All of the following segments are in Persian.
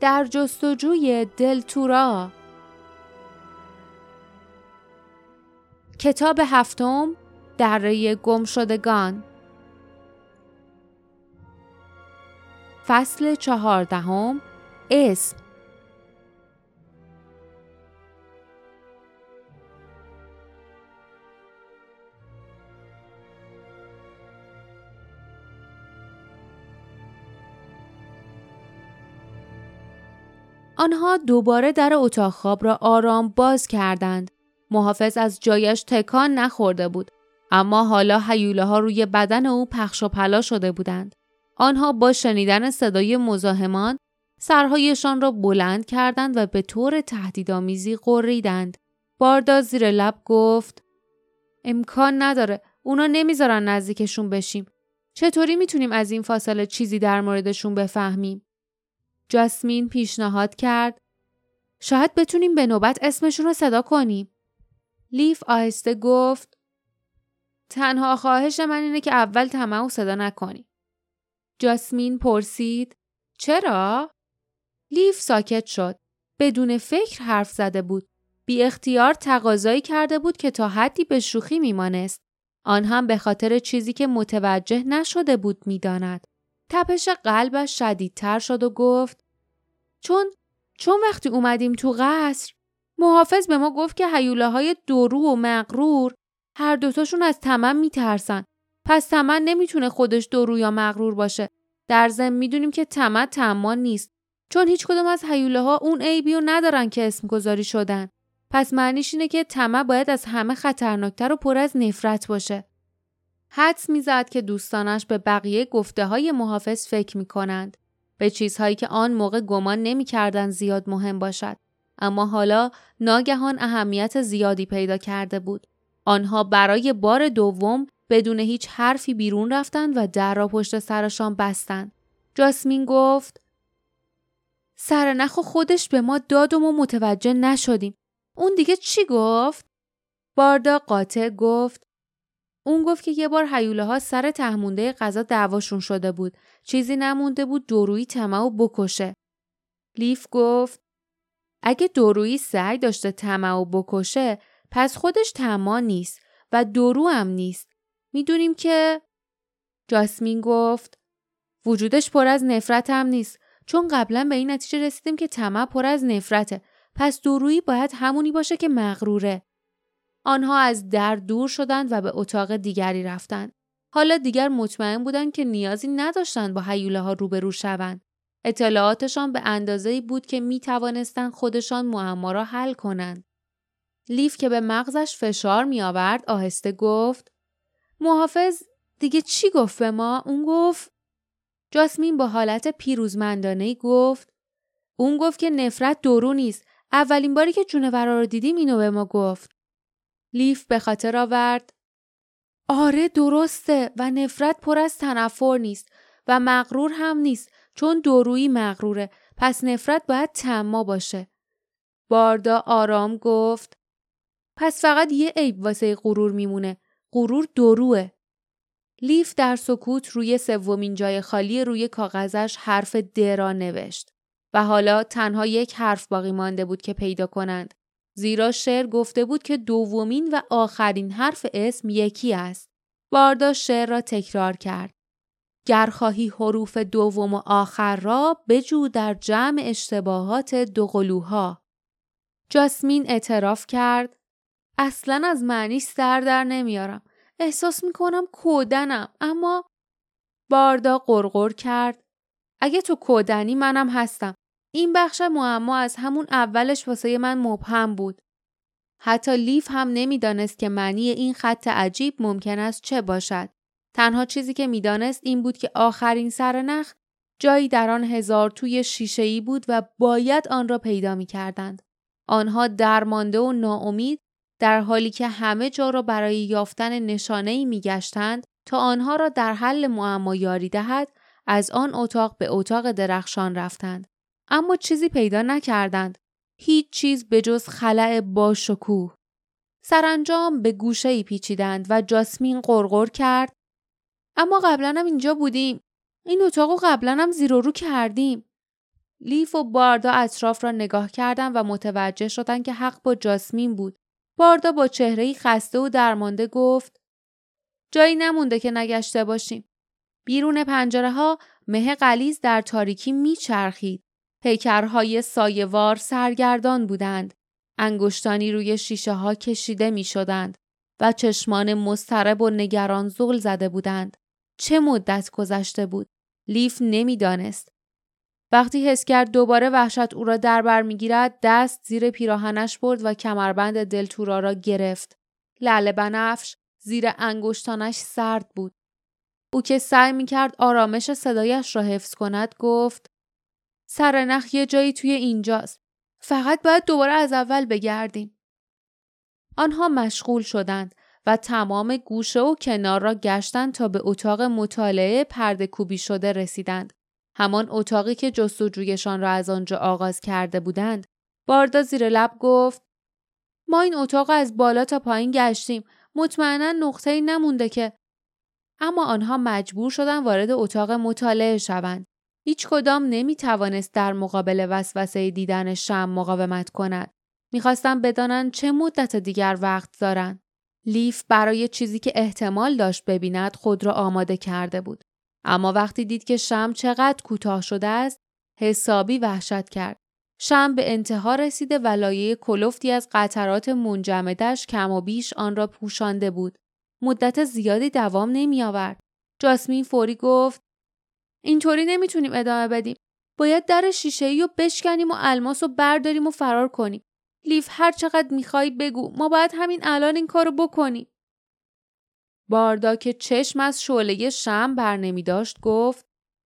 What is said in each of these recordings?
در جستجوی دلتورا. کتاب هفتم، دره گمشدگان. فصل 14. اسم. آنها دوباره در اتاق خواب را آرام باز کردند. محافظ از جایش تکان نخورده بود، اما حالا هیوله‌ها روی بدن او پخش و پلا شده بودند. آنها با شنیدن صدای مزاحمان سرهایشان را بلند کردند و به طور تهدیدآمیزی غریدند. باردا زیر لب گفت: امکان نداره، اونا نمیذارن نزدیکشون بشیم. چطوری میتونیم از این فاصله چیزی در موردشون بفهمیم؟ جاسمین پیشنهاد کرد: شاید بتونیم به نوبت اسمشون رو صدا کنیم. لیف آهسته گفت: تنها خواهش من اینه که اول طمع صدا نکنی. جاسمین پرسید: چرا؟ لیف ساکت شد. بدون فکر حرف زده بود. بی اختیار تقاضایی کرده بود که تا حدی به شوخی میمانست. آن هم به خاطر چیزی که متوجه نشده بود میداند. تپش قلبش شدیدتر شد و گفت: چون وقتی اومدیم تو قصر محافظ به ما گفت که هیوله‌های دورو و مغرور هر دوتاشون از طمع میترسن. پس طمع نمیتونه خودش دورو یا مغرور باشه. در ضمن میدونیم که طمع طماع نیست، چون هیچ کدوم از هیوله‌ها اون عیبی رو ندارن که اسم گذاری شدن. پس معنیش اینه که طمع باید از همه خطرناکتر و پر از نفرت باشه. حدس میزد که دوستانش به بقیه گفته‌های محافظ فکر میکنند، به چیزهایی که آن موقع گمان نمی‌کردند زیاد مهم باشد، اما حالا ناگهان اهمیت زیادی پیدا کرده بود. آنها برای بار دوم بدون هیچ حرفی بیرون رفتند و در را پشت سرشان بستند. جاسمین گفت: سرنخ خودش به ما داد و ما متوجه نشدیم. اون دیگه چی گفت؟ باردا قاطع گفت: اون گفت که یه بار هیوله‌ها سر تهمونده غذا دعواشون شده بود. چیزی نمونده بود دورویی طمعو بکشه. لیف گفت: اگه دورویی سعی داشته طمعو بکشه، پس خودش طماع نیست و دورو هم نیست. میدونیم که... جاسمین گفت: وجودش پر از نفرت هم نیست، چون قبلا به این نتیجه رسیدیم که طمع پر از نفرته. پس دورویی باید همونی باشه که مغروره. آنها از در دور شدند و به اتاق دیگری رفتند. حالا دیگر مطمئن بودند که نیازی نداشتند با هیوله‌ها روبرو شوند. اطلاعاتشان به اندازه‌ای بود که می توانستند خودشان معما را حل کنند. لیف که به مغزش فشار می آورد آهسته گفت: محافظ دیگه چی گفت به ما؟ اون گفت... جاسمین با حالت پیروزمندانه‌ای گفت: اون گفت که نفرت دورو نیست. اولین باری که جونورا رو دیدیم اینو به ما گفت. لیف به خاطر آورد: آره درسته، و نفرت پر از تنفر نیست و مغرور هم نیست، چون دورویی مغروره. پس نفرت باید طماع باشه. باردا آرام گفت: پس فقط یه عیب واسه غرور میمونه. غرور دوروه. لیف در سکوت روی سومین جای خالی روی کاغذش حرف د را نوشت و حالا تنها یک حرف باقی مانده بود که پیدا کنند، زیرا شعر گفته بود که دومین و آخرین حرف اسم یکی است. باردا شعر را تکرار کرد: گر خواهی حروف دوم و آخر را بجو در جمع اشتباهات دوقلوها. جاسمین اعتراف کرد: اصلاً از معنیش سر در نمیارم. احساس میکنم کودنم، اما... باردا غرغر کرد: اگه تو کودنی منم هستم. این بخش معما از همون اولش واسه من مبهم بود. حتی لیف هم نمیدانست که معنی این خط عجیب ممکن است چه باشد. تنها چیزی که میدانست این بود که آخرین سرنخ جایی در آن 1000 توی شیشه‌ای بود و باید آن را پیدا می‌کردند. آنها درمانده و ناامید در حالی که همه جا را برای یافتن نشانه‌ای می‌گشتند تا آنها را در حل معما یاری دهد، از آن اتاق به اتاق درخشان رفتند. اما چیزی پیدا نکردند. هیچ چیز به جز خلأ با شکوه. سرانجام به گوشه‌ای پیچیدند و جاسمین غرغر کرد: اما قبلا هم اینجا بودیم. این اتاقو قبلا هم زیر و رو کردیم. لیف و باردا اطراف را نگاه کردند و متوجه شدند که حق با جاسمین بود. باردا با چهره‌ای خسته و درمانده گفت: جایی نمونده که نگشته باشیم. بیرون پنجره‌ها مه غلیظ در تاریکی میچرخید. پیکرهای سایه‌وار سرگردان بودند. انگشتانی روی شیشه‌ها کشیده می‌شدند و چشمان مضطرب و نگران زل زده بودند. چه مدت گذشته بود؟ لیف نمی‌دانست. وقتی حس کرد دوباره وحشت او را در بر می‌گیرد، دست زیر پیراهنش برد و کمربند دلتورا را گرفت. لعل بنفش زیر انگشتانش سرد بود. او که سعی می‌کرد آرامش صدایش را حفظ کند گفت: سرنخ یه جایی توی اینجاست. فقط باید دوباره از اول بگردیم. آنها مشغول شدند و تمام گوشه و کنار را گشتند تا به اتاق مطالعه پرده کوبی شده رسیدند. همان اتاقی که جستجویشان را از آنجا آغاز کرده بودند. باردا زیر لب گفت: ما این اتاق از بالا تا پایین گشتیم. مطمئناً نقطه‌ای نمونده که. اما آنها مجبور شدند وارد اتاق مطالعه شوند. هیچ کدام نمی توانست در مقابل وسوسه دیدن شمع مقاومت کند. می‌خواستند بدانند چه مدت دیگر وقت دارند. لیف برای چیزی که احتمال داشت ببیند خود را آماده کرده بود. اما وقتی دید که شمع چقدر کوتاه شده است، حسابی وحشت کرد. شمع به انتها رسیده و لایه کلفتی از قطرات منجمدش کم و بیش آن را پوشانده بود. مدت زیادی دوام نمی آورد. جاسمین فوری گفت: اینطوری نمیتونیم ادامه بدیم. باید در شیشه‌ای رو بشکنیم و الماس رو برداریم و فرار کنیم. لیف هر چقدر میخوای بگو. ما باید همین الان این کارو بکنیم. باردا که چشم از شعله شمع بر نمی داشت گفت: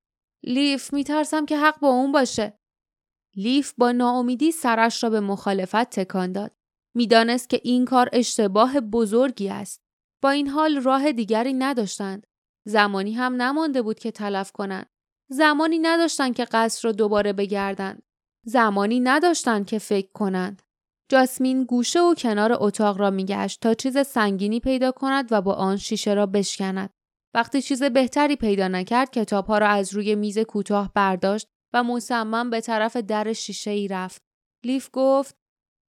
لیف میترسم که حق با اون باشه. لیف با ناامیدی سرش را به مخالفت تکان داد. میدانست که این کار اشتباه بزرگی است. با این حال راه دیگری نداشتند. زمانی هم نمانده بود که تلف کنند. زمانی نداشتند که قصر را دوباره بگردند. زمانی نداشتند که فکر کنند. جاسمین گوشه و کنار اتاق را میگشت تا چیز سنگینی پیدا کند و با آن شیشه را بشکند. وقتی چیز بهتری پیدا نکرد، کتاب‌ها را از روی میز کوتاه برداشت و مصمم به طرف در شیشه‌ای رفت. لیف گفت: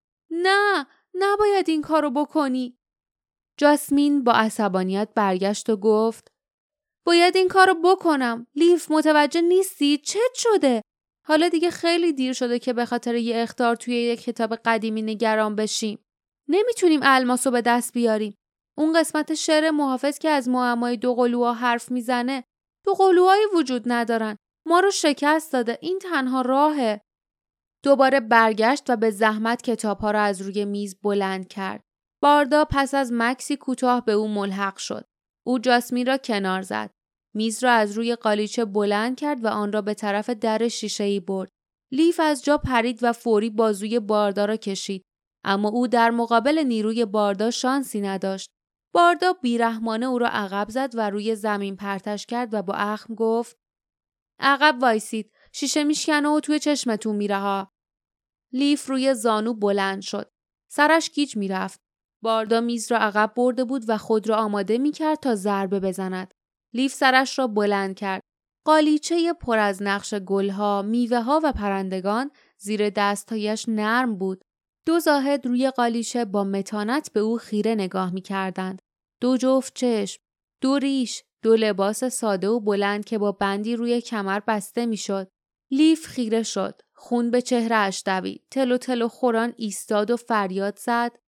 نه، نباید این کارو بکنی. جاسمین با عصبانیت برگشت و گفت: باید این کارو بکنم. لیف متوجه نیستی؟ چت شده؟ حالا دیگه خیلی دیر شده که به خاطر یه اخطار توی یک کتاب قدیمی نگران بشیم. نمیتونیم الماسو به دست بیاریم. اون قسمت شعر محافظ که از معمای دوقلوها حرف میزنه، دوقلوهایی وجود ندارن. ما رو شکست داده. این تنها راهه. دوباره برگشت و به زحمت کتاب‌ها را از روی میز بلند کرد. باردا پس از مکسی کوتاه به او ملحق شد. او جاسمین را کنار زد. میز را از روی قالیچه بلند کرد و آن را به طرف در شیشه‌ای برد. لیف از جا پرید و فوری بازوی باردا را کشید. اما او در مقابل نیروی باردا شانسی نداشت. باردا بیرحمانه او را عقب زد و روی زمین پرتش کرد و با اخم گفت: عقب وایسید. شیشه میشکنه و توی چشمتون میره ها. لیف روی زانو بلند شد. سرش گیج میرفت. باردا میز را عقب برده بود و خود را آماده میکرد تا ضربه بزند. لیف سرش را بلند کرد. قالیچه پر از نقش گلها، میوه‌ها و پرندگان زیر دستهایش نرم بود. دو زاهد روی قالیچه با متانت به او خیره نگاه میکردند. دو جفت چشم، دو ریش، دو لباس ساده و بلند که با بندی روی کمر بسته میشد. لیف خیره شد. خون به چهره‌اش دوید. تلو تلو خوران ایستاد و فریاد زد: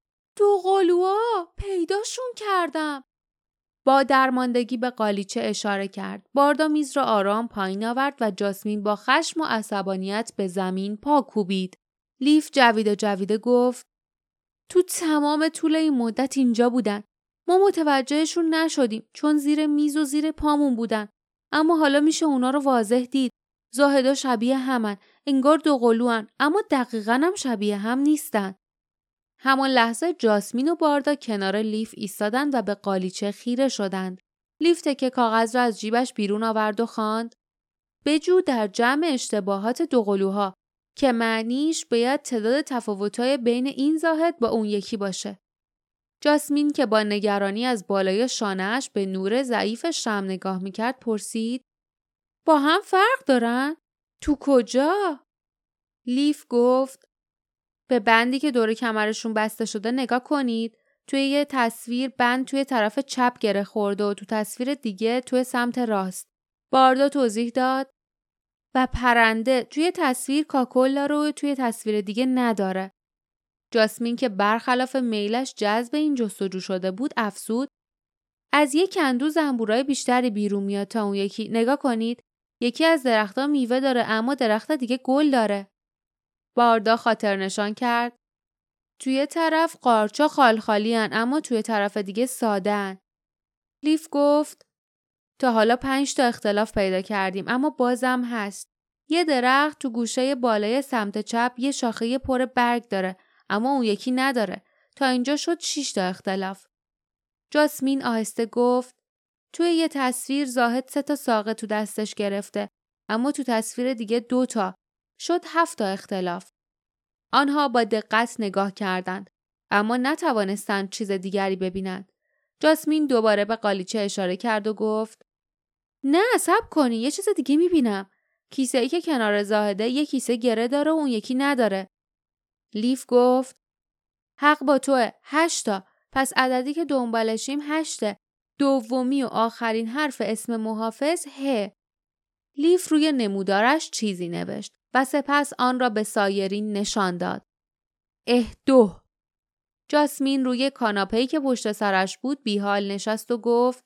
دوقلوها! پیداشون کردم! با درماندگی به قالیچه اشاره کرد. باردا میز را آرام پایین آورد و جاسمین با خشم و عصبانیت به زمین پا کوبید. لیف جویده گفت: تو تمام طول این مدت اینجا بودن. ما متوجهشون نشدیم چون زیر میز و زیر پامون بودن. اما حالا میشه اونا رو واضح دید. زاهدا شبیه همن. انگار دوقلوان، اما دقیقاً هم شبیه هم نیستن. همان لحظه جاسمین و باردا کنار لیف ایستادند و به قالیچه خیره شدند. لیف تکه کاغذ را از جیبش بیرون آورد و خواند: بجو در جمع اشتباهات دوقلوها، که معنیش باید تعداد تفاوت‌های بین این زاهد با اون یکی باشه. جاسمین که با نگرانی از بالای شانه‌اش به نور ضعیف شمع نگاه می‌کرد پرسید: با هم فرق دارن؟ تو کجا؟ لیف گفت به بندی که دور کمرشون بسته شده نگاه کنید. توی یه تصویر بند توی طرف چپ گره خورده و تو تصویر دیگه توی سمت راست. باردا توضیح داد. و پرنده توی تصویر کاکل داره و توی تصویر دیگه نداره. جاسمین که برخلاف میلش جذب این جستجو شده بود افسود. از یک کندو زنبورای بیشتری بیرون میاد تا اون یکی. نگاه کنید. یکی از درخت‌ها میوه داره اما درخت دیگه گل داره. باردا خاطر نشان کرد. توی طرف قارچا خالخالی هن اما توی طرف دیگه ساده هن. لیف گفت تا حالا 5 تا اختلاف پیدا کردیم اما بازم هست. یه درخت تو گوشه بالای سمت چپ یه شاخه پر برگ داره اما اون یکی نداره. تا اینجا شد 6 تا اختلاف. جاسمین آهسته گفت توی یه تصویر زاهد 3 تا ساقه تو دستش گرفته اما تو تصویر دیگه 2 تا. شد 7 تا اختلاف. آنها با دقت نگاه کردند اما نتوانستند چیز دیگری ببینند. جاسمین دوباره به قالیچه اشاره کرد و گفت نه صبر کنی یه چیز دیگه میبینم. کیسه ای که کنار زاهده یه کیسه گره داره و اون یکی نداره. لیف گفت حق با توه 8 تا. پس عددی که دنبالشیم 8. دومی و آخرین حرف اسم محافظ ه. لیف روی نمودارش چیزی نوشت و سپس آن را به سایرین نشان داد. اهدو. جاسمین روی کاناپه‌ای که پشت سرش بود بیحال نشست و گفت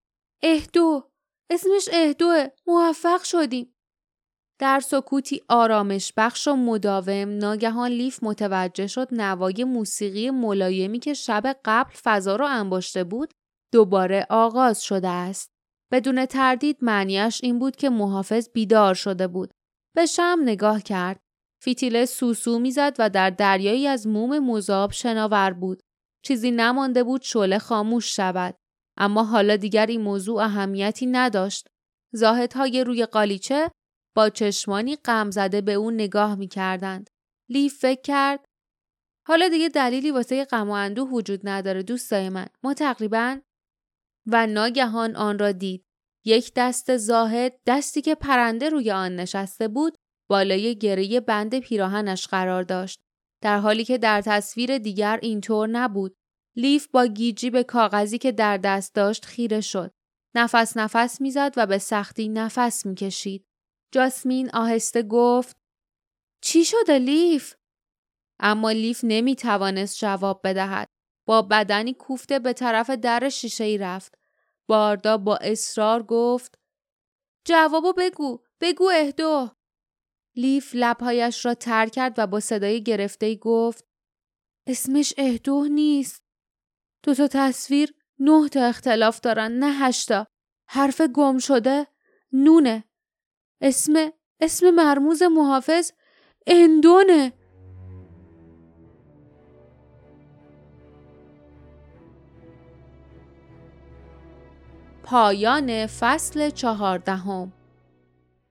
اهدو. اسمش اهدوه. موفق شدیم. در سکوتی آرامش بخش و مداوم ناگهان لیف متوجه شد نوای موسیقی ملایمی که شب قبل فضا را انباشته بود دوباره آغاز شده است. بدون تردید معنیش این بود که محافظ بیدار شده بود. به شمع نگاه کرد. فتیله سوسو میزد و در دریایی از موم مذاب شناور بود. چیزی نمانده بود شعله خاموش شود. اما حالا دیگر این موضوع اهمیتی نداشت. زاهدهای روی قالیچه با چشمانی غمزده به اون نگاه می‌کردند. لیف فکر کرد حالا دیگه دلیلی واسه غم و اندوه وجود نداره دوستای من. ما تقریباً و ناگهان آن را دید. یک دست زاهد، دستی که پرنده روی آن نشسته بود، بالای گره بند پیراهنش قرار داشت. در حالی که در تصویر دیگر اینطور نبود. لیف با گیجی به کاغذی که در دست داشت خیره شد. نفس می‌زد و به سختی نفس می‌کشید. جاسمین آهسته گفت چی شده لیف؟ اما لیف نمی‌توانست جواب بدهد. با بدنی کوفته به طرف در شیشه‌ای رفت. باردا با اصرار گفت جوابو بگو اهدو. لیف لبهایش را تر کرد و با صدای گرفته‌ای گفت اسمش اهدو نیست. 2 تا تصویر 9 تا اختلاف دارن نه 8 تا. حرف گم شده نونه. اسم مرموز محافظ اندونه. پایان فصل 14.